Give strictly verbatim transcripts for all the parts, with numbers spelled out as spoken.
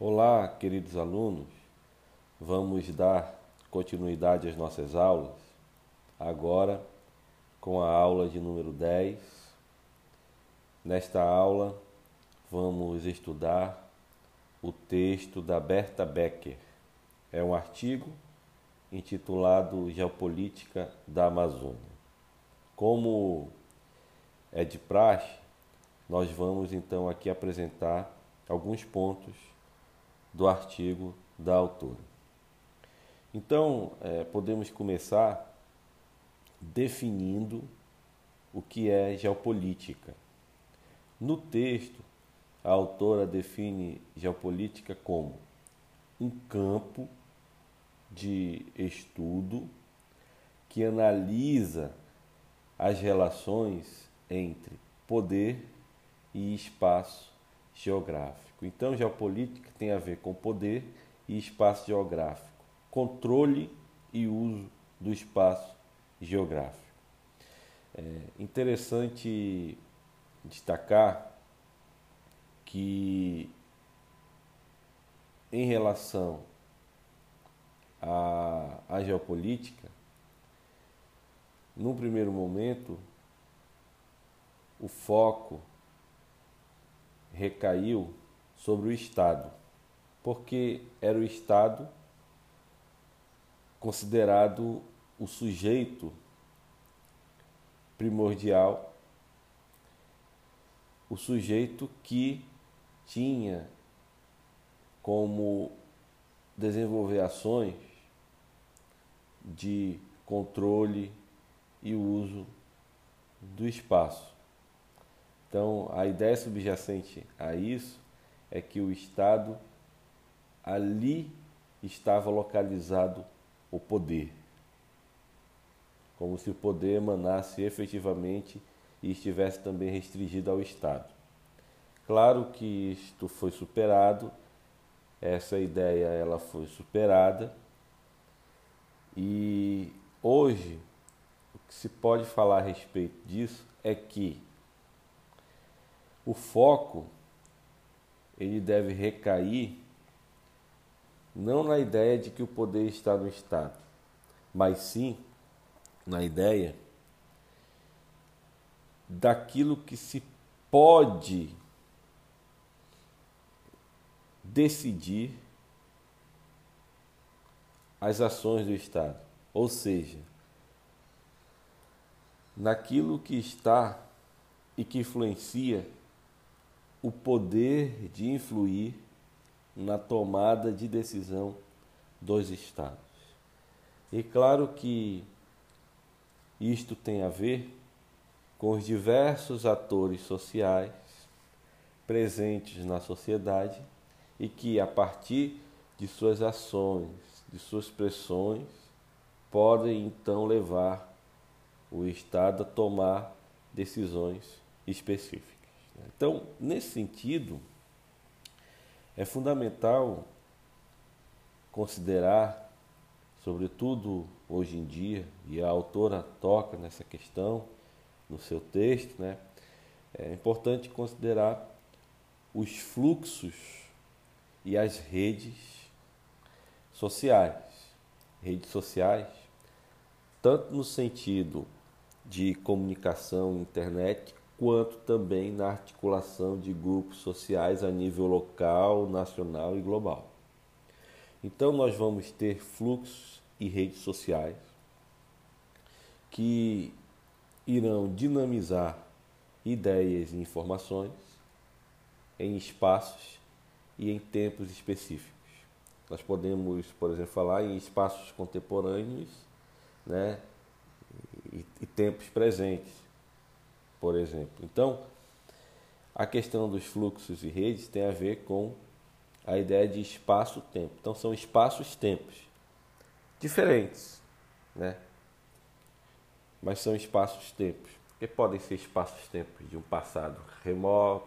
Olá, queridos alunos. Vamos dar continuidade às nossas aulas, agora com a aula de número dez. Nesta aula, vamos estudar o texto da Berta Becker. É um artigo intitulado Geopolítica da Amazônia. Como é de praxe, nós vamos então aqui apresentar alguns pontos do artigo da autora. Então, é, podemos começar definindo o que é geopolítica. No texto, a autora define geopolítica como um campo de estudo que analisa as relações entre poder e espaço geográfico. Então, geopolítica tem a ver com poder e espaço geográfico, controle e uso do espaço geográfico. É interessante destacar que, em relação à, à geopolítica, num primeiro momento, o foco recaiu sobre o Estado, porque era o Estado considerado o sujeito primordial, o sujeito que tinha como desenvolver ações de controle e uso do espaço. Então, a ideia subjacente a isso é que o Estado, ali estava localizado o poder, como se o poder emanasse efetivamente e estivesse também restringido ao Estado. Claro que isto foi superado, essa ideia ela foi superada, e hoje o que se pode falar a respeito disso é que o foco ele deve recair não na ideia de que o poder está no Estado, mas sim na ideia daquilo que se pode decidir as ações do Estado, ou seja, naquilo que está e que influencia o poder de influir na tomada de decisão dos Estados. E claro que isto tem a ver com os diversos atores sociais presentes na sociedade e que, a partir de suas ações, de suas pressões, podem então levar o Estado a tomar decisões específicas. Então, nesse sentido, é fundamental considerar, sobretudo hoje em dia, e a autora toca nessa questão no seu texto, né? É importante considerar os fluxos e as redes sociais. Redes sociais, tanto no sentido de comunicação, internet, quanto também na articulação de grupos sociais a nível local, nacional e global. Então, nós vamos ter fluxos e redes sociais que irão dinamizar ideias e informações em espaços e em tempos específicos. Nós podemos, por exemplo, falar em espaços contemporâneos, né, e, e tempos presentes, por exemplo. Então, a questão dos fluxos e redes tem a ver com a ideia de espaço-tempo. Então, são espaços-tempos diferentes, né? Mas são espaços-tempos, que podem ser espaços-tempos de um passado remoto,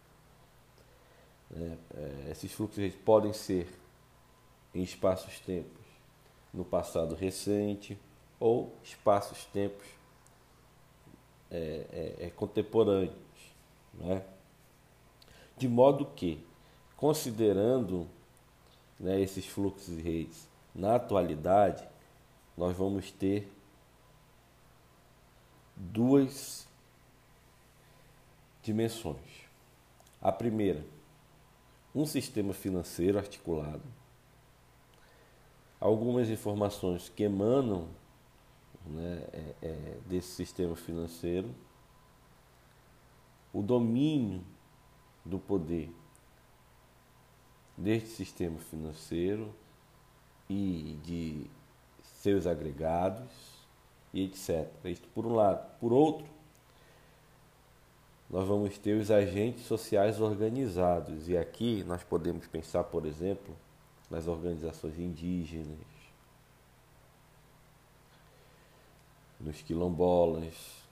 né? É, esses fluxos e redes podem ser em espaços-tempos no passado recente ou espaços-tempos É, é, é, contemporâneos, né? De modo que, considerando né, esses fluxos de redes, na atualidade, nós vamos ter duas dimensões. A primeira, um sistema financeiro articulado, algumas informações que emanam, né, é, é, desse sistema financeiro, o domínio do poder deste sistema financeiro e de seus agregados e etcétera. Isto por um lado. Por outro, nós vamos ter os agentes sociais organizados. E aqui nós podemos pensar, por exemplo, nas organizações indígenas, nos quilombolas,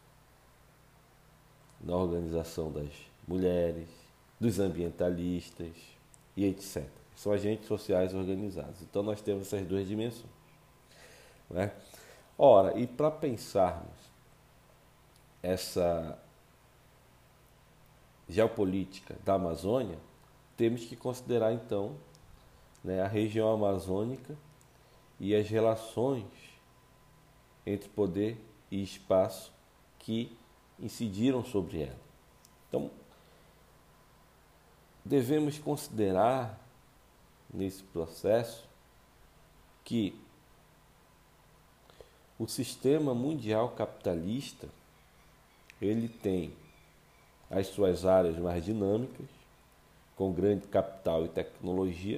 na organização das mulheres, dos ambientalistas e etcétera. São agentes sociais organizados. Então nós temos essas duas dimensões, né? Ora, e para pensarmos essa geopolítica da Amazônia, temos que considerar então, né, a região amazônica e as relações entre poder e espaço que incidiram sobre ela. Então, devemos considerar nesse processo que o sistema mundial capitalista, ele tem as suas áreas mais dinâmicas, com grande capital e tecnologia,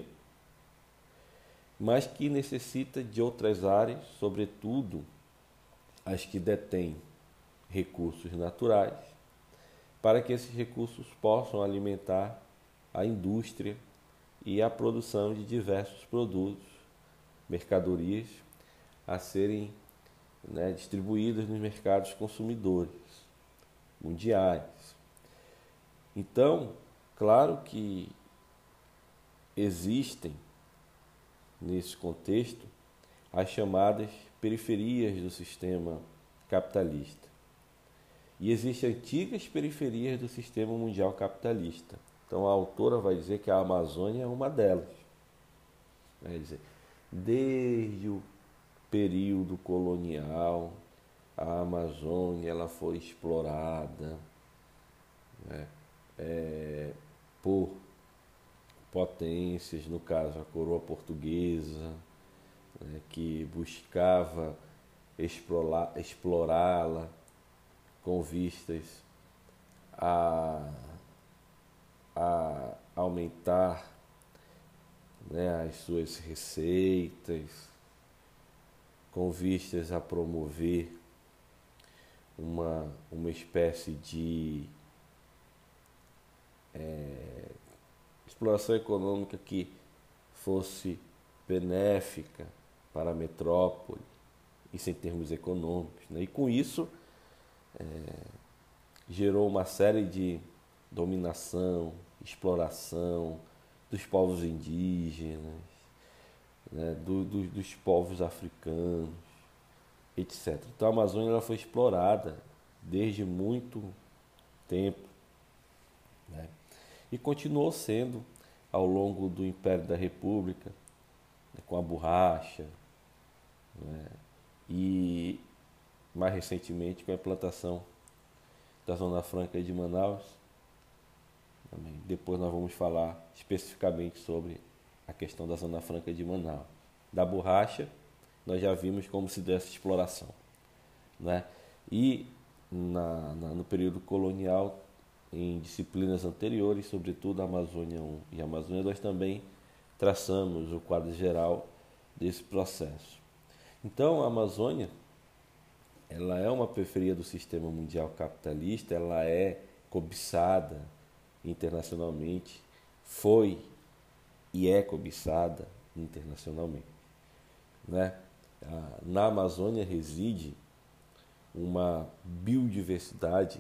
mas que necessita de outras áreas, sobretudo as que detêm recursos naturais, para que esses recursos possam alimentar a indústria e a produção de diversos produtos, mercadorias a serem, né, distribuídas nos mercados consumidores mundiais. Então, claro que existem, nesse contexto, as chamadas periferias do sistema capitalista. E existem antigas periferias do sistema mundial capitalista. Então a autora vai dizer que a Amazônia é uma delas. Quer dizer, desde o período colonial, a Amazônia ela foi explorada, né, é, por potências, no caso a coroa portuguesa, né, que buscava explorar, explorá-la com vistas a, a aumentar, né, as suas receitas, com vistas a promover uma, uma espécie de é, exploração econômica que fosse benéfica para a metrópole, isso em termos econômicos, né? E com isso é, gerou uma série de dominação, exploração dos povos indígenas, né? do, do, dos povos africanos, etcétera. Então a Amazônia ela foi explorada desde muito tempo, né? E continuou sendo ao longo do Império da República, né, com a borracha, né, e mais recentemente com a implantação da Zona Franca de Manaus. Também. Depois nós vamos falar especificamente sobre a questão da Zona Franca de Manaus. Da borracha, nós já vimos como se deu essa exploração, né? E na, na, no período colonial, em disciplinas anteriores, sobretudo a Amazônia um e a Amazônia dois, também traçamos o quadro geral desse processo. Então, a Amazônia ela é uma periferia do sistema mundial capitalista, ela é cobiçada internacionalmente, foi e é cobiçada internacionalmente, né? Na Amazônia reside uma biodiversidade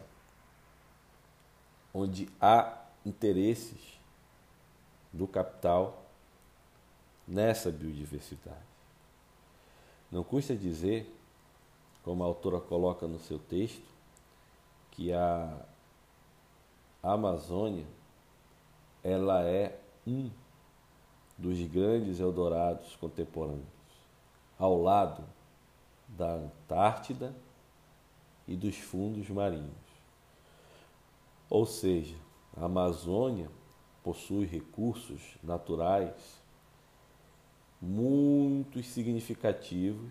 onde há interesses do capital nessa biodiversidade. Não custa dizer, como a autora coloca no seu texto, que a Amazônia ela é um dos grandes Eldorados contemporâneos, ao lado da Antártida e dos fundos marinhos. Ou seja, a Amazônia possui recursos naturais muito significativos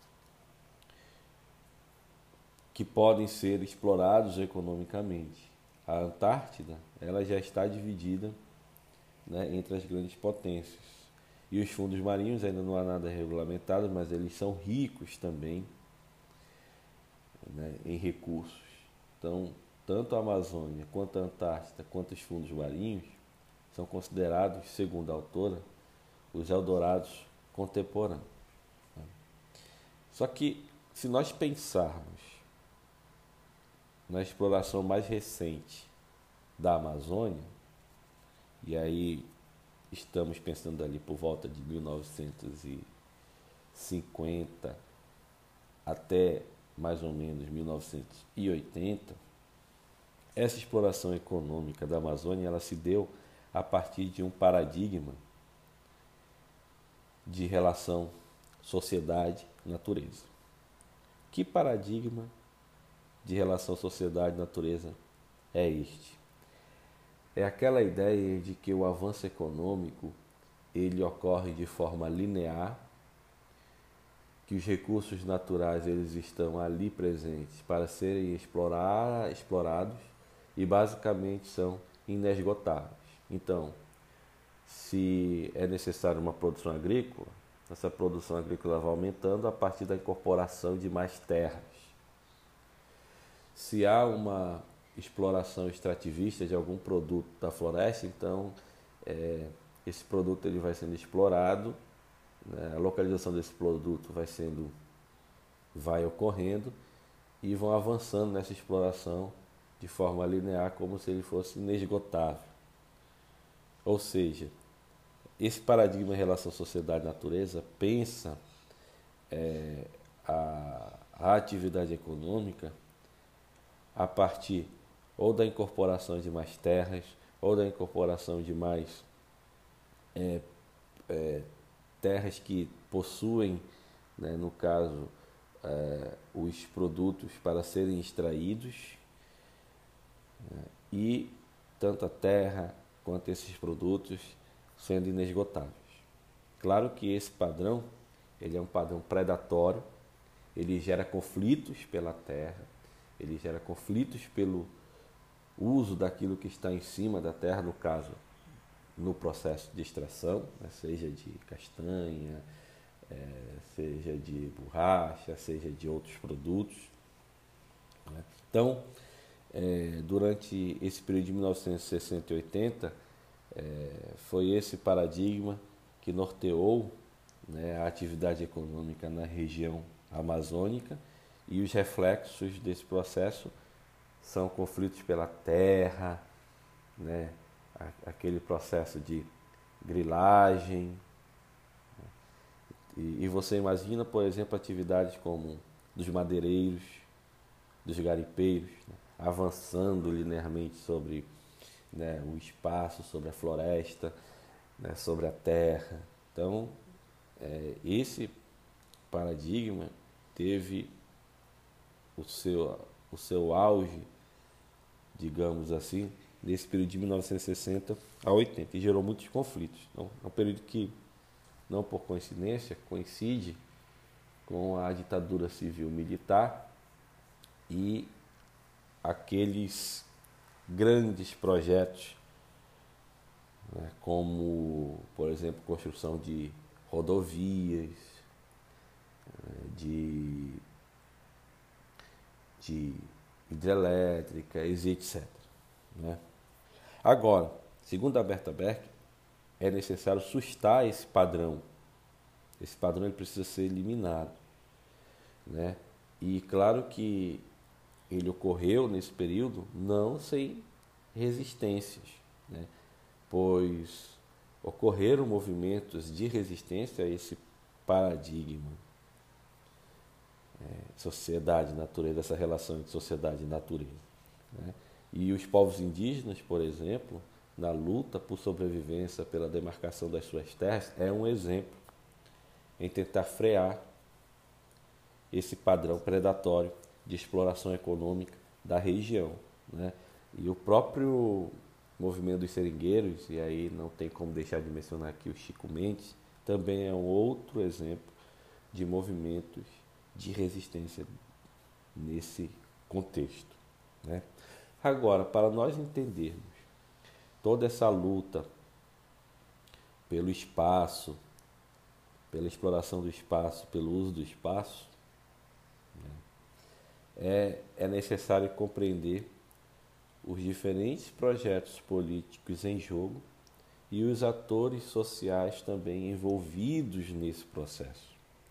que podem ser explorados economicamente. A Antártida, ela já está dividida, né, entre as grandes potências. E os fundos marinhos ainda não há nada regulamentado, mas eles são ricos também, né, em recursos. Então, tanto a Amazônia, quanto a Antártida, quanto os fundos marinhos são considerados, segundo a autora, os Eldorados contemporâneos. Só que, se nós pensarmos na exploração mais recente da Amazônia, e aí estamos pensando ali por volta de mil novecentos e cinquenta até mais ou menos mil novecentos e oitenta, essa exploração econômica da Amazônia ela se deu a partir de um paradigma de relação sociedade-natureza. Que paradigma de relação sociedade-natureza é este? É aquela ideia de que o avanço econômico ele ocorre de forma linear, que os recursos naturais eles estão ali presentes para serem explorar, explorados e basicamente são inesgotáveis. Então, se é necessário uma produção agrícola, essa produção agrícola vai aumentando a partir da incorporação de mais terras. Se há uma exploração extrativista de algum produto da floresta, então é, esse produto ele vai sendo explorado, né, a localização desse produto vai sendo, vai ocorrendo e vão avançando nessa exploração de forma linear, como se ele fosse inesgotável. Ou seja, esse paradigma em relação à sociedade e natureza pensa é, a, a atividade econômica a partir ou da incorporação de mais terras, ou da incorporação de mais é, é, terras que possuem, né, no caso, é, os produtos para serem extraídos, né, e tanto a terra quanto esses produtos sendo inesgotáveis. Claro que esse padrão ele é um padrão predatório, ele gera conflitos pela terra, ele gera conflitos pelo uso daquilo que está em cima da terra, no caso, no processo de extração, né, seja de castanha, é, seja de borracha, seja de outros produtos, né? Então, é, durante esse período de mil novecentos e sessenta e oitenta, é, foi esse paradigma que norteou, né, a atividade econômica na região amazônica, e os reflexos desse processo são conflitos pela terra, né, aquele processo de grilagem. E, e você imagina, por exemplo, atividades como dos madeireiros, dos garimpeiros, né, avançando linearmente sobre, né, o espaço, sobre a floresta, né, sobre a terra. Então, é, esse paradigma teve o seu, o seu auge, digamos assim, nesse período de mil novecentos e sessenta a oitenta, e gerou muitos conflitos. Então, é um período que, não por coincidência, coincide com a ditadura civil-militar e aqueles grandes projetos, né, como, por exemplo, construção de rodovias, de, de hidrelétricas e etcétera, né? Agora, segundo a Berta Beck, é necessário sustar esse padrão. Esse padrão ele precisa ser eliminado, né? E claro que ele ocorreu nesse período não sem resistências, né? Pois ocorreram movimentos de resistência a esse paradigma, é, sociedade e natureza, essa relação entre sociedade e natureza, né? E os povos indígenas, por exemplo, na luta por sobrevivência, pela demarcação das suas terras, é um exemplo em tentar frear esse padrão predatório de exploração econômica da região, né? E o próprio movimento dos seringueiros, e aí não tem como deixar de mencionar aqui o Chico Mendes, também é um outro exemplo de movimentos de resistência nesse contexto, né? Agora, para nós entendermos toda essa luta pelo espaço, pela exploração do espaço, pelo uso do espaço, né, é, é necessário compreender os diferentes projetos políticos em jogo e os atores sociais também envolvidos nesse processo.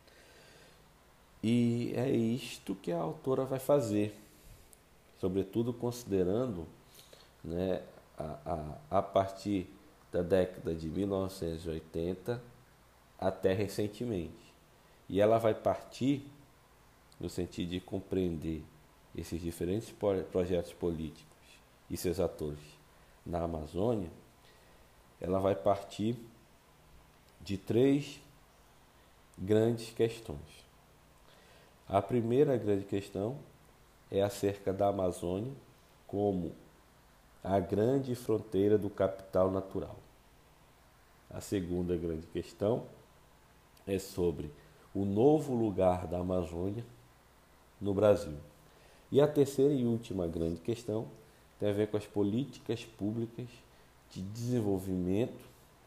E é isto que a autora vai fazer, sobretudo considerando, né, a, a, a partir da década de mil novecentos e oitenta até recentemente. E ela vai partir no sentido de compreender esses diferentes projetos políticos e seus atores na Amazônia. Ela vai partir de três grandes questões. A primeira grande questão é acerca da Amazônia como a grande fronteira do capital natural. A segunda grande questão é sobre o novo lugar da Amazônia no Brasil. E a terceira e última grande questão tem a ver com as políticas públicas de desenvolvimento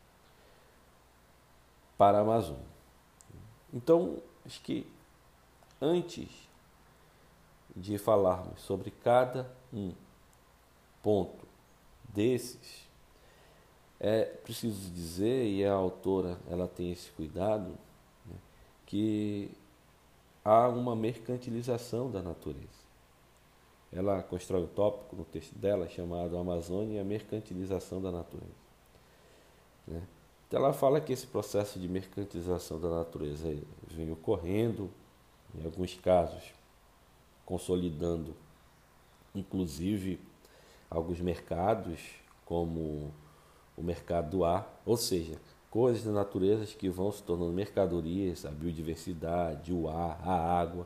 para a Amazônia. Então, acho que antes de falarmos sobre cada um ponto desses, é preciso dizer, e a autora ela tem esse cuidado, né, que há uma mercantilização da natureza. Ela constrói um tópico no texto dela chamado Amazônia e a mercantilização da natureza, né? Então ela fala que esse processo de mercantilização da natureza vem ocorrendo, em alguns casos consolidando inclusive alguns mercados, como o mercado do ar, ou seja, coisas da natureza que vão se tornando mercadorias, a biodiversidade, o ar, a água.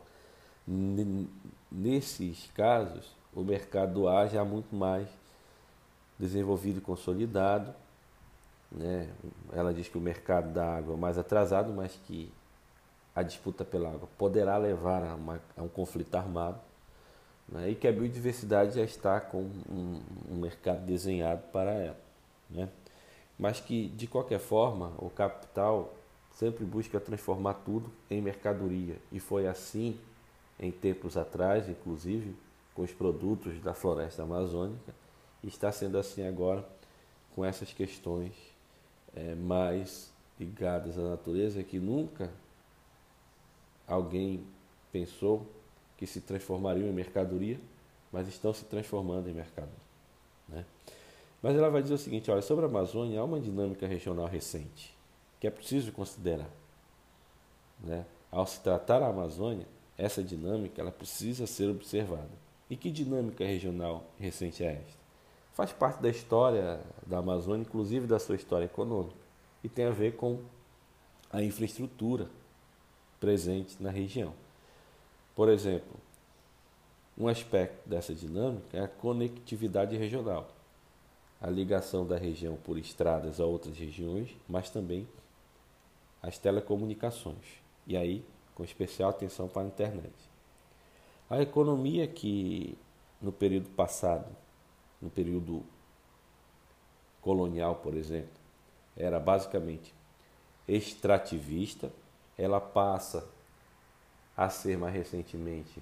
Nesses casos, o mercado do ar já é muito mais desenvolvido e consolidado, né? Ela diz que o mercado da água é mais atrasado, mas que a disputa pela água poderá levar a, uma, a um conflito armado, né? E que a biodiversidade já está com um, um mercado desenhado para ela, né? Mas que, de qualquer forma, o capital sempre busca transformar tudo em mercadoria, e foi assim em tempos atrás, inclusive com os produtos da floresta amazônica, e está sendo assim agora com essas questões é, mais ligadas à natureza, que nunca alguém pensou que se transformariam em mercadoria, mas estão se transformando em mercadoria, né? Mas ela vai dizer o seguinte: olha, sobre a Amazônia há uma dinâmica regional recente que é preciso considerar, né? Ao se tratar a Amazônia, essa dinâmica ela precisa ser observada. E que dinâmica regional recente é esta? Faz parte da história da Amazônia, inclusive da sua história econômica, e tem a ver com a infraestrutura presente na região. Por exemplo, um aspecto dessa dinâmica é a conectividade regional, a ligação da região por estradas a outras regiões, mas também as telecomunicações, e aí com especial atenção para a internet. A economia que no período passado, no período colonial, por exemplo, era basicamente extrativista, ela passa a ser mais recentemente,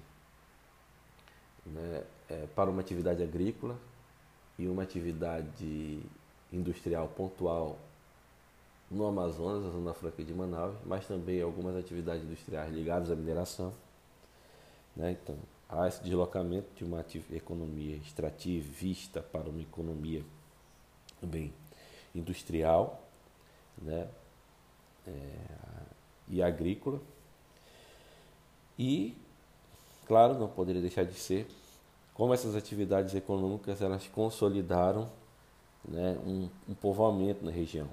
né, é, para uma atividade agrícola e uma atividade industrial pontual no Amazonas, na Zona Franca de Manaus, mas também algumas atividades industriais ligadas à mineração, né? Então, há esse deslocamento de uma economia extrativista para uma economia também industrial, né? É, e agrícola. E, claro, não poderia deixar de ser como essas atividades econômicas elas consolidaram né, um, um povoamento na região.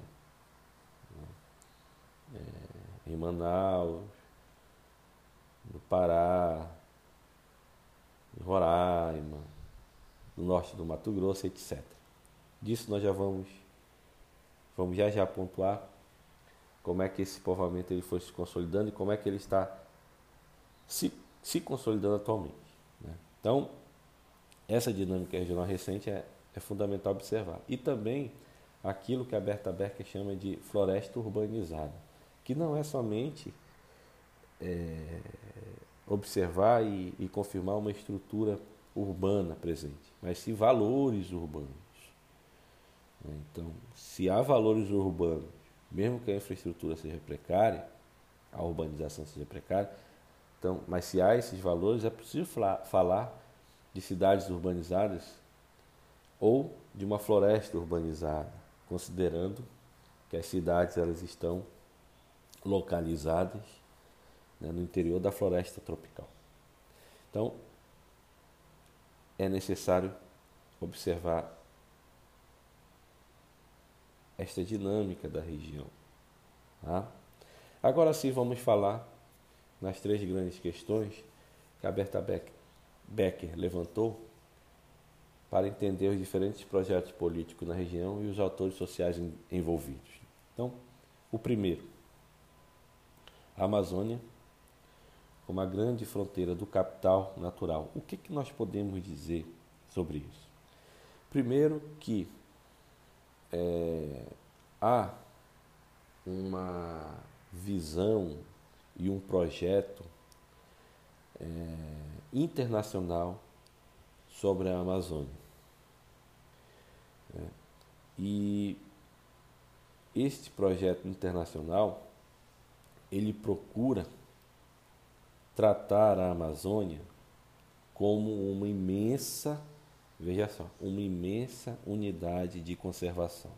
É, em Manaus, no Pará, em Roraima, no norte do Mato Grosso, etcétera. Disso nós já vamos, vamos já já pontuar como é que esse povoamento ele foi se consolidando e como é que ele está se, se consolidando atualmente, né? Então, essa dinâmica regional recente é, é fundamental observar. E também aquilo que a Berta Becker chama de floresta urbanizada, que não é somente é, observar e, e confirmar uma estrutura urbana presente, mas sim valores urbanos. Então, se há valores urbanos, mesmo que a infraestrutura seja precária, a urbanização seja precária, então, mas se há esses valores, é preciso falar de cidades urbanizadas ou de uma floresta urbanizada, considerando que as cidades elas estão localizadas, né, no interior da floresta tropical. Então, é necessário observar esta dinâmica da região. Tá? Agora sim vamos falar nas três grandes questões que a Berta Becker levantou para entender os diferentes projetos políticos na região e os autores sociais envolvidos. Então, o primeiro, a Amazônia como a grande fronteira do capital natural. O que, que nós podemos dizer sobre isso? Primeiro que É, há uma visão e um projeto é, internacional sobre a Amazônia. Né? E este projeto internacional, ele procura tratar a Amazônia como uma imensa Veja só, uma imensa unidade de conservação.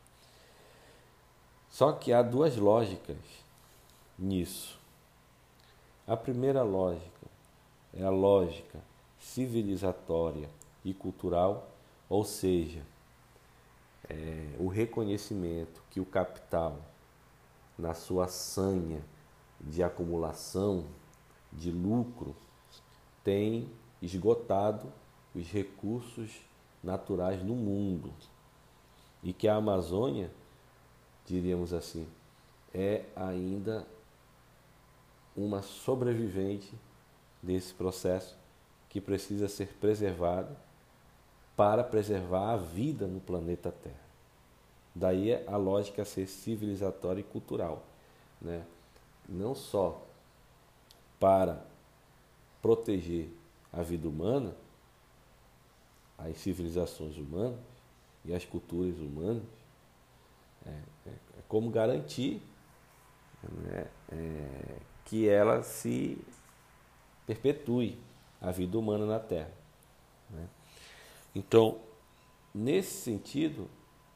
Só que há duas lógicas nisso. A primeira lógica é a lógica civilizatória e cultural, ou seja, é, o reconhecimento que o capital, na sua sanha de acumulação de lucro, tem esgotado os recursos naturais no mundo e que a Amazônia, diríamos assim, é ainda uma sobrevivente desse processo que precisa ser preservada para preservar a vida no planeta Terra. Daí a lógica ser civilizatória e cultural, né? Não só para proteger a vida humana, as civilizações humanas e as culturas humanas, é, é, é como garantir, né, é, que ela se perpetue, a vida humana na Terra. Né? Então, nesse sentido,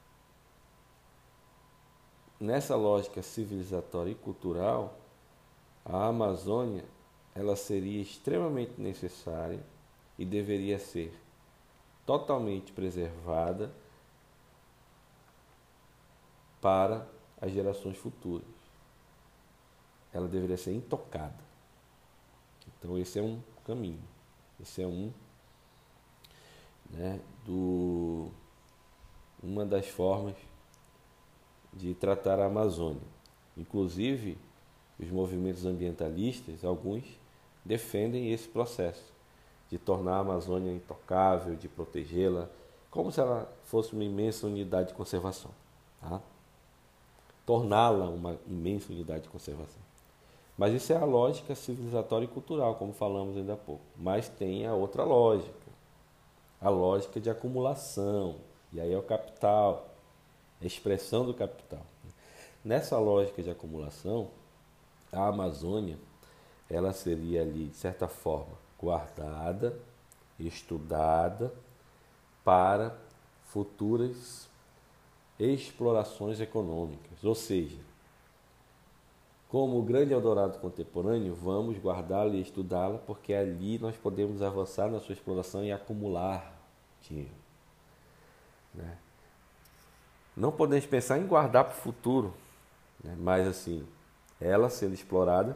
nessa lógica civilizatória e cultural, a Amazônia ela seria extremamente necessária e deveria ser totalmente preservada para as gerações futuras. Ela deveria ser intocada. Então esse é um caminho, esse é um, né, do, uma das formas de tratar a Amazônia. Inclusive, os movimentos ambientalistas, alguns, defendem esse processo de tornar a Amazônia intocável, de protegê-la, como se ela fosse uma imensa unidade de conservação. Tá? Torná-la uma imensa unidade de conservação. Mas isso é a lógica civilizatória e cultural, como falamos ainda há pouco. Mas tem a outra lógica, a lógica de acumulação, e aí é o capital, a expressão do capital. Nessa lógica de acumulação, a Amazônia ela seria ali, de certa forma, guardada, estudada para futuras explorações econômicas. Ou seja, como o grande Eldorado contemporâneo, vamos guardá-la e estudá-la, porque ali nós podemos avançar na sua exploração e acumular dinheiro. Né? não podemos pensar em guardar para o futuro, né? Mas assim, ela sendo explorada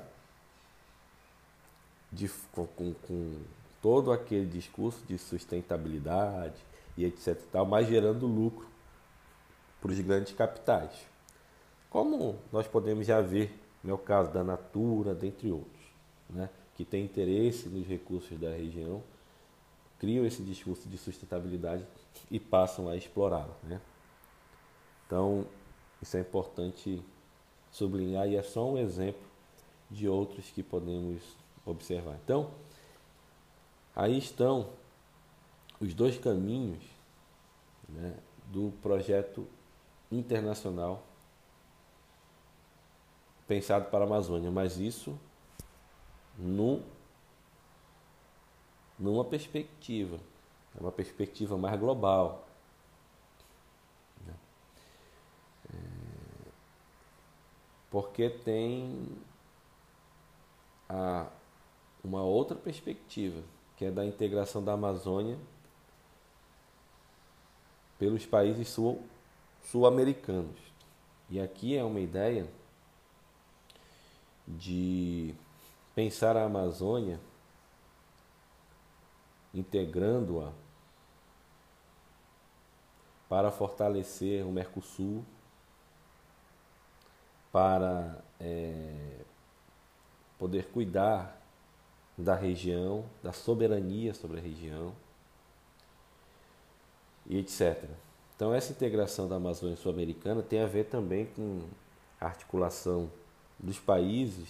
de, com, com, com todo aquele discurso de sustentabilidade e etc e tal, mas gerando lucro para os grandes capitais. Como nós podemos já ver, no meu caso da Natura, dentre outros, né, que tem interesse nos recursos da região, criam esse discurso de sustentabilidade e passam a explorá-la, né? Então, isso é importante sublinhar e é só um exemplo de outros que podemos observar. Então, aí estão os dois caminhos, né, do projeto internacional pensado para a Amazônia, mas isso no, numa perspectiva, é uma perspectiva mais global. Né? É, porque tem a, uma outra perspectiva, que é da integração da Amazônia pelos países sul, sul-americanos. E aqui é uma ideia de pensar a Amazônia integrando-a para fortalecer o Mercosul, para é, poder cuidar da região, da soberania sobre a região, e etcétera. Então, essa integração da Amazônia Sul-Americana tem a ver também com a articulação dos países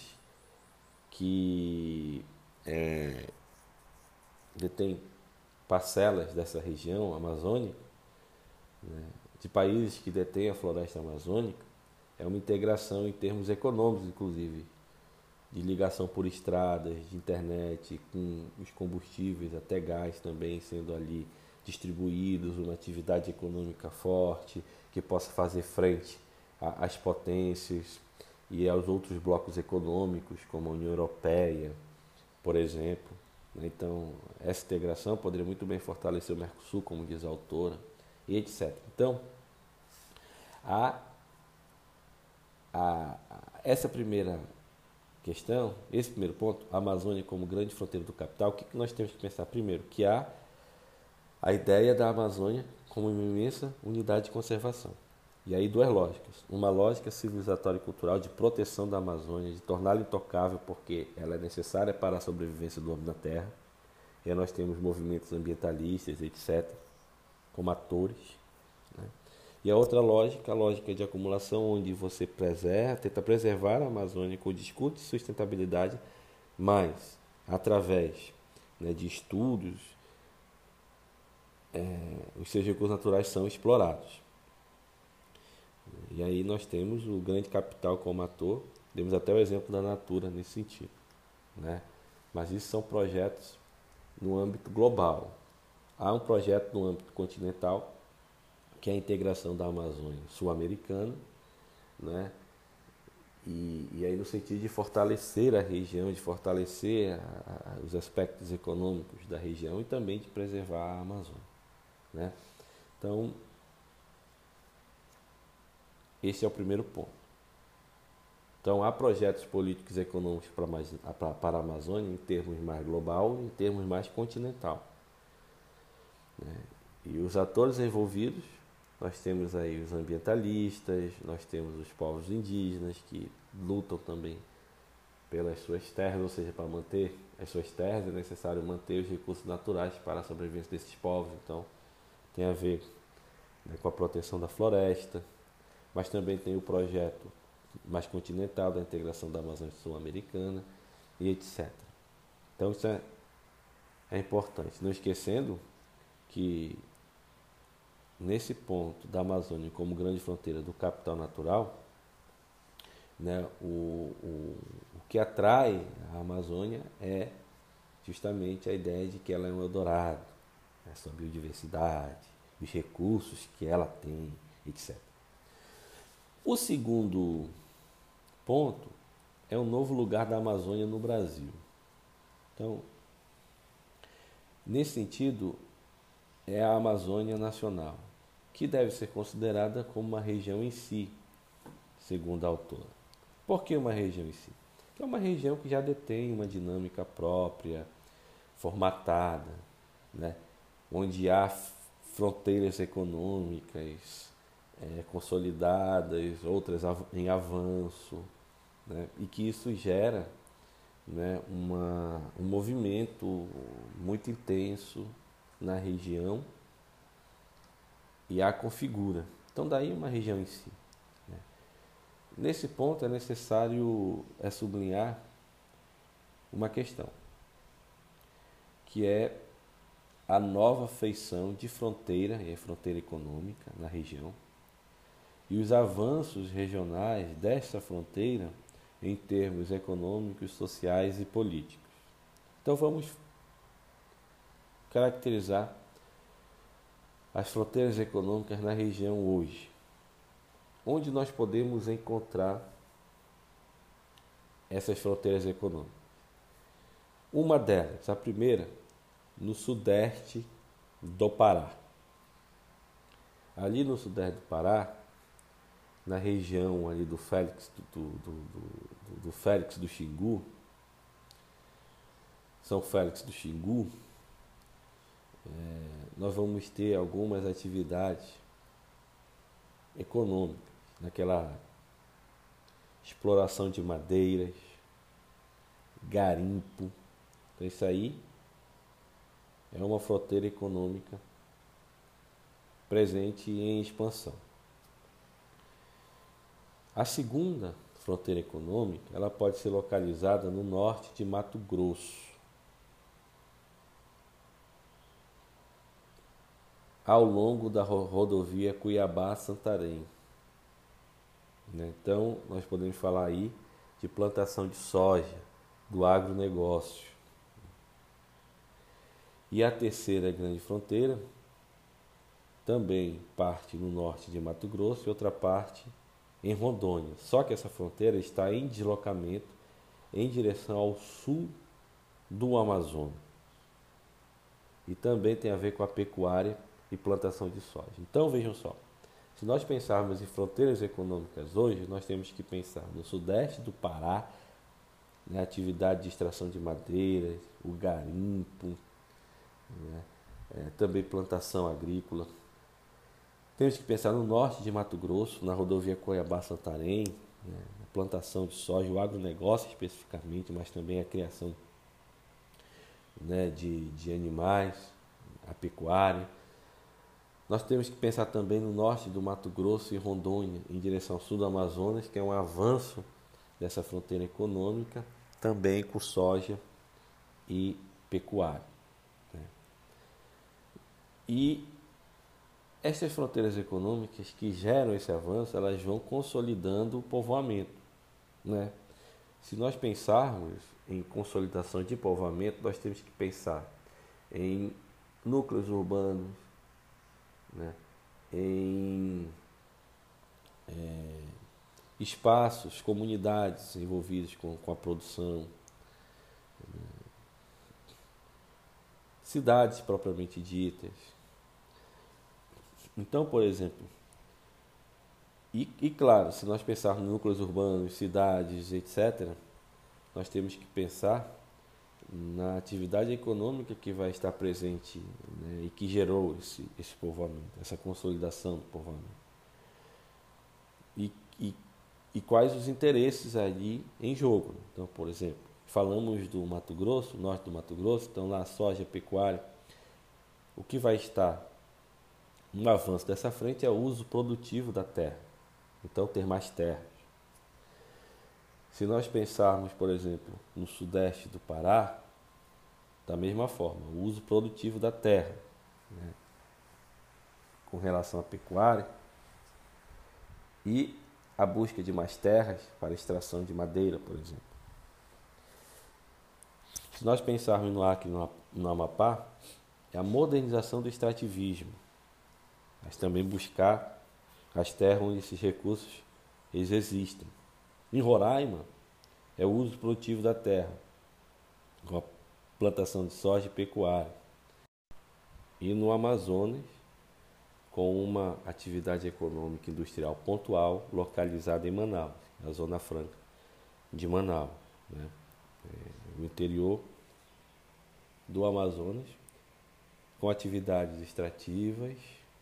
que é, detêm parcelas dessa região amazônica, né, de países que detêm a floresta amazônica. É uma integração em termos econômicos, inclusive, de ligação por estradas, de internet, com os combustíveis, até gás também sendo ali distribuídos, uma atividade econômica forte, que possa fazer frente às potências e aos outros blocos econômicos, como a União Europeia, por exemplo. Então, essa integração poderia muito bem fortalecer o Mercosul, como diz a autora, e etcétera. Então, a, a, essa primeira questão, esse primeiro ponto, a Amazônia como grande fronteira do capital, o que nós temos que pensar primeiro? Que há a ideia da Amazônia como uma imensa unidade de conservação. E aí duas lógicas. Uma lógica civilizatória e cultural de proteção da Amazônia, de torná-la intocável porque ela é necessária para a sobrevivência do homem na Terra. E aí nós temos movimentos ambientalistas, etcétera, como atores. Né? E a outra lógica, a lógica de acumulação, onde você preserva, tenta preservar a Amazônia com o discurso de sustentabilidade, mas através, né, de estudos, É, os seus recursos naturais são explorados. E aí nós temos o grande capital como ator, temos até o exemplo da Natura nesse sentido. Né? Mas isso são projetos no âmbito global. Há um projeto no âmbito continental, que é a integração da Amazônia sul-americana, né? E, e aí no sentido de fortalecer a região, de fortalecer a, a, os aspectos econômicos da região e também de preservar a Amazônia. Né? Então, esse é o primeiro ponto. Então, há projetos políticos e econômicos para, para, para a Amazônia em termos mais global e em termos mais continental. Né? E os atores envolvidos, nós temos aí os ambientalistas, nós temos os povos indígenas que lutam também pelas suas terras, ou seja, para manter as suas terras é necessário manter os recursos naturais para a sobrevivência desses povos. Então, tem a ver, né, com a proteção da floresta, mas também tem o projeto mais continental da integração da Amazônia Sul-Americana e etcétera. Então isso é, é importante, não esquecendo que nesse ponto da Amazônia como grande fronteira do capital natural, né, o, o, o que atrai a Amazônia é justamente a ideia de que ela é um Eldorado, a sua biodiversidade, os recursos que ela tem, etcétera. O segundo ponto é o novo lugar da Amazônia no Brasil. Então, nesse sentido, é a Amazônia nacional. que deve ser considerada como uma região em si, segundo a autora. Por que uma região em si? Porque é uma região que já detém uma dinâmica própria, formatada, né? Onde há fronteiras econômicas é, consolidadas, outras em avanço, né? E que isso gera, né, uma, um movimento muito intenso na região e a configura. Então, daí uma região em si. Né? Nesse ponto é necessário é sublinhar uma questão, que é a nova feição de fronteira, e a fronteira econômica na região, e os avanços regionais dessa fronteira em termos econômicos, sociais e políticos. Então vamos caracterizar as fronteiras econômicas na região hoje. Onde nós podemos encontrar essas fronteiras econômicas? Uma delas, a primeira, no sudeste do Pará. Ali no sudeste do Pará, na região ali do Félix do, do, do, do Félix do Xingu, São Félix do Xingu, é, nós vamos ter algumas atividades econômicas naquela área. Exploração de madeiras, garimpo. Então isso aí é uma fronteira econômica presente e em expansão. A segunda fronteira econômica, ela pode ser localizada no norte de Mato Grosso, ao longo da rodovia Cuiabá-Santarém. Então, nós podemos falar aí de plantação de soja, do agronegócio. E a terceira grande fronteira também parte no norte de Mato Grosso e outra parte em Rondônia. Só que essa fronteira está em deslocamento em direção ao sul do Amazonas. E também tem a ver com a pecuária e plantação de soja. Então vejam só, se nós pensarmos em fronteiras econômicas hoje, nós temos que pensar no sudeste do Pará, na atividade de extração de madeiras, o garimpo, né? é, também plantação agrícola. Temos que pensar no norte de Mato Grosso, na rodovia Cuiabá-Santarém, né? A plantação de soja, o agronegócio especificamente, mas também a criação, né, de, de animais, a pecuária. Nós temos que pensar também no norte do Mato Grosso e Rondônia, em direção ao sul do Amazonas, que é um avanço dessa fronteira econômica, também com soja e pecuária. Né? E essas fronteiras econômicas que geram esse avanço, elas vão consolidando o povoamento. Né? Se nós pensarmos em consolidação de povoamento, nós temos que pensar em núcleos urbanos, né? em é, espaços, comunidades envolvidas com, com a produção, né? Cidades propriamente ditas. Então, por exemplo, e, e claro, se nós pensarmos em núcleos urbanos, cidades, etcétera, nós temos que pensar na atividade econômica que vai estar presente, né, e que gerou esse, esse povoamento, essa consolidação do povoamento. E, e, e quais os interesses ali em jogo. Então, por exemplo, falamos do Mato Grosso, norte do Mato Grosso, então lá soja, pecuária. O que vai estar no avanço dessa frente é o uso produtivo da terra. Então, ter mais terras. Se nós pensarmos, por exemplo, no sudeste do Pará, da mesma forma, o uso produtivo da terra, né, com relação à pecuária e a busca de mais terras para extração de madeira, por exemplo. Se nós pensarmos no Acre e no Amapá, é a modernização do extrativismo, mas também buscar as terras onde esses recursos eles existem. Em Roraima, é o uso produtivo da terra, com a plantação de soja e pecuária. E no Amazonas, com uma atividade econômica industrial pontual localizada em Manaus, na Zona Franca de Manaus, né? É, no interior do Amazonas, com atividades extrativas,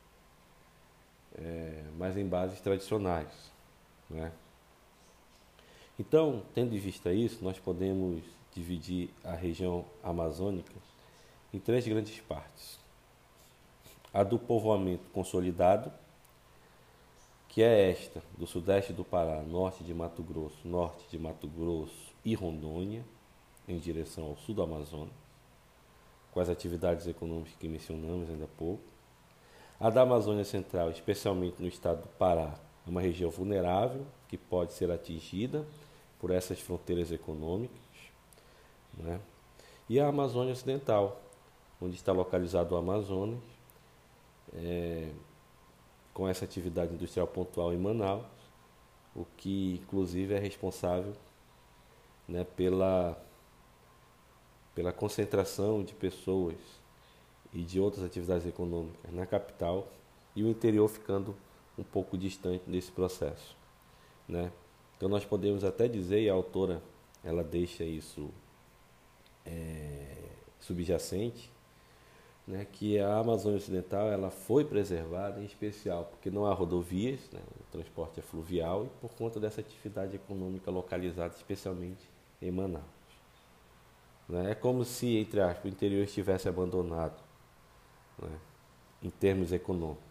é, mas em bases tradicionais, né? Então, tendo em vista isso, nós podemos dividir a região amazônica em três grandes partes. A do povoamento consolidado, que é esta, do sudeste do Pará, norte de Mato Grosso, norte de Mato Grosso e Rondônia, em direção ao sul do Amazonas, com as atividades econômicas que mencionamos ainda há pouco. A da Amazônia Central, especialmente no estado do Pará, é uma região vulnerável que pode ser atingida por essas fronteiras econômicas, né? E a Amazônia Ocidental, onde está localizado o Amazonas, é, com essa atividade industrial pontual em Manaus, o que inclusive é responsável, né, pela, pela concentração de pessoas e de outras atividades econômicas na capital, e o interior ficando um pouco distante desse processo, né? Então nós podemos até dizer, e a autora ela deixa isso é, subjacente, né, que a Amazônia Ocidental ela foi preservada em especial porque não há rodovias, né, o transporte é fluvial, e por conta dessa atividade econômica localizada especialmente em Manaus, né? É como se, entre aspas, o interior estivesse abandonado, né, em termos econômicos.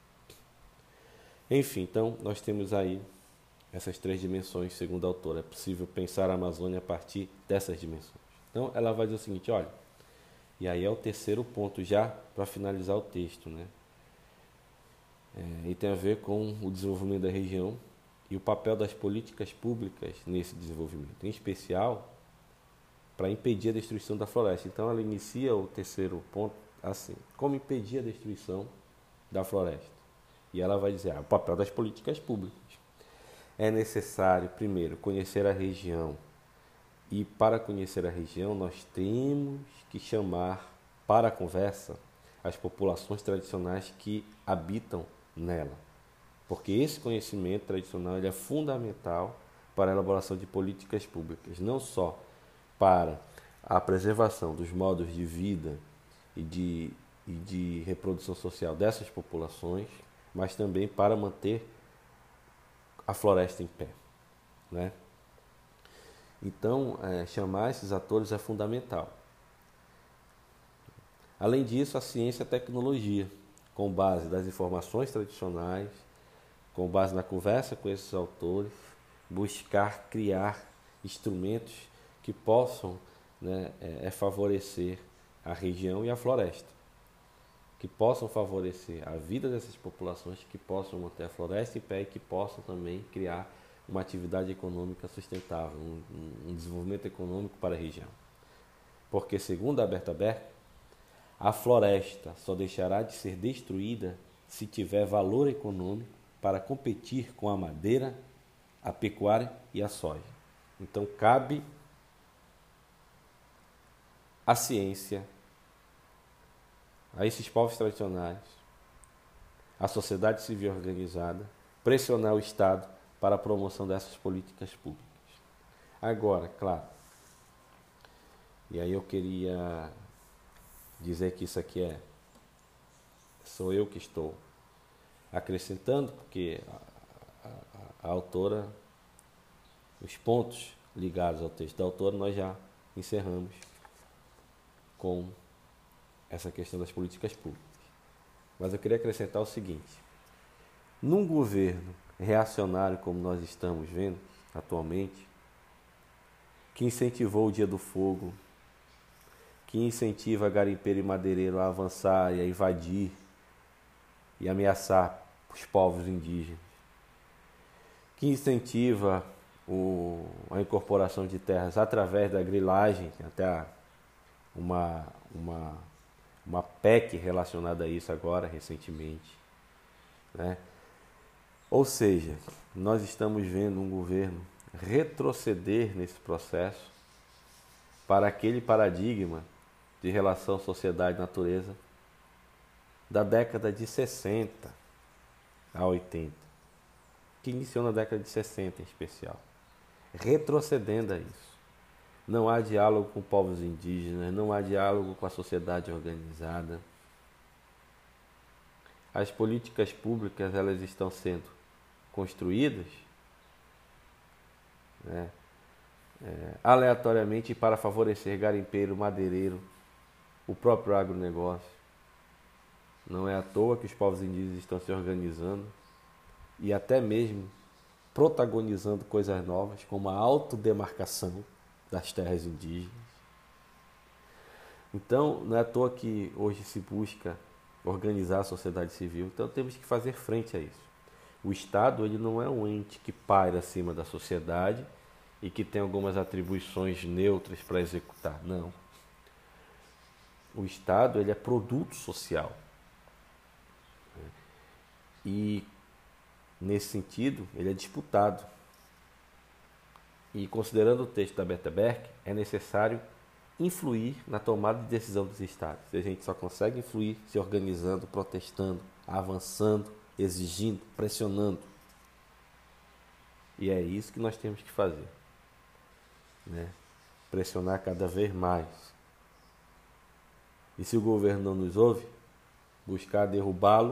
Enfim, então nós temos aí essas três dimensões, segundo a autora. É possível pensar a Amazônia a partir dessas dimensões. Então ela vai dizer o seguinte, olha, e aí é o terceiro ponto já para finalizar o texto, né? É, e tem a ver com o desenvolvimento da região e o papel das políticas públicas nesse desenvolvimento, em especial para impedir a destruição da floresta. Então ela inicia o terceiro ponto assim, como impedir a destruição da floresta. E ela vai dizer, ah, o papel das políticas públicas. É necessário, primeiro, conhecer a região. E para conhecer a região, nós temos que chamar para a conversa as populações tradicionais que habitam nela. Porque esse conhecimento tradicional ele é fundamental para a elaboração de políticas públicas, não só para a preservação dos modos de vida e de, e de reprodução social dessas populações, mas também para manter a floresta em pé, né? Então, é, chamar esses atores é fundamental. Além disso, a ciência e a tecnologia, com base das informações tradicionais, com base na conversa com esses autores, buscar criar instrumentos que possam, né, é, é favorecer a região e a floresta, que possam favorecer a vida dessas populações, que possam manter a floresta em pé e que possam também criar uma atividade econômica sustentável, um, um desenvolvimento econômico para a região. Porque, segundo a Berta Berk, a floresta só deixará de ser destruída se tiver valor econômico para competir com a madeira, a pecuária e a soja. Então, cabe à ciência, a esses povos tradicionais, à sociedade civil organizada, pressionar o Estado para a promoção dessas políticas públicas. Agora, claro, e aí eu queria dizer que isso aqui é, sou eu que estou acrescentando, porque a, a, a autora, os pontos ligados ao texto da autora, nós já encerramos com essa questão das políticas públicas. Mas eu queria acrescentar o seguinte, num governo reacionário como nós estamos vendo atualmente, que incentivou o Dia do Fogo, que incentiva garimpeiro e madeireiro a avançar e a invadir e ameaçar os povos indígenas, que incentiva o, a incorporação de terras através da grilagem, até uma, uma, uma P E C relacionada a isso agora, recentemente, né? Ou seja, nós estamos vendo um governo retroceder nesse processo para aquele paradigma de relação sociedade-natureza da década de sessenta a oitenta, que iniciou na década de sessenta em especial, retrocedendo a isso. Não há diálogo com povos indígenas, não há diálogo com a sociedade organizada. As políticas públicas, elas estão sendo construídas, né, é, aleatoriamente para favorecer garimpeiro, madeireiro, o próprio agronegócio. Não é à toa que os povos indígenas estão se organizando e até mesmo protagonizando coisas novas, como a autodemarcação das terras indígenas. Então, não é à toa que hoje se busca organizar a sociedade civil. Então, temos que fazer frente a isso. O Estado, ele não é um ente que paira acima da sociedade e que tem algumas atribuições neutras para executar. Não. O Estado, ele é produto social. E, nesse sentido, ele é disputado. E, considerando o texto da Berta Berk, é necessário influir na tomada de decisão dos Estados. A gente só consegue influir se organizando, protestando, avançando, exigindo, pressionando. E é isso que nós temos que fazer, né? Pressionar cada vez mais. E se o governo não nos ouve, buscar derrubá-lo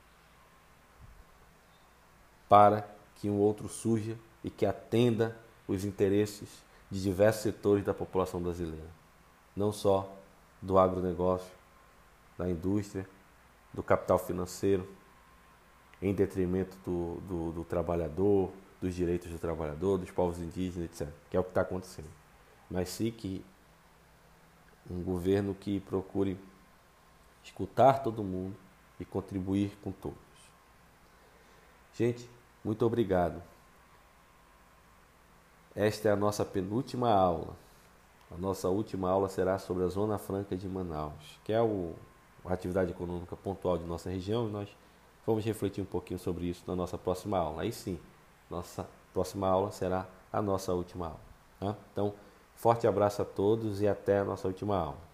para que um outro surja e que atenda os interesses de diversos setores da população brasileira. Não só do agronegócio, da indústria, do capital financeiro, em detrimento do, do, do trabalhador, dos direitos do trabalhador, dos povos indígenas, etcétera. Que é o que está acontecendo. Mas sim que um governo que procure escutar todo mundo e contribuir com todos. Gente, muito obrigado. Esta é a nossa penúltima aula. A nossa última aula será sobre a Zona Franca de Manaus, que é o, a atividade econômica pontual de nossa região, e nós vamos refletir um pouquinho sobre isso na nossa próxima aula. Aí sim, nossa próxima aula será a nossa última aula. Tá? Então, forte abraço a todos e até a nossa última aula.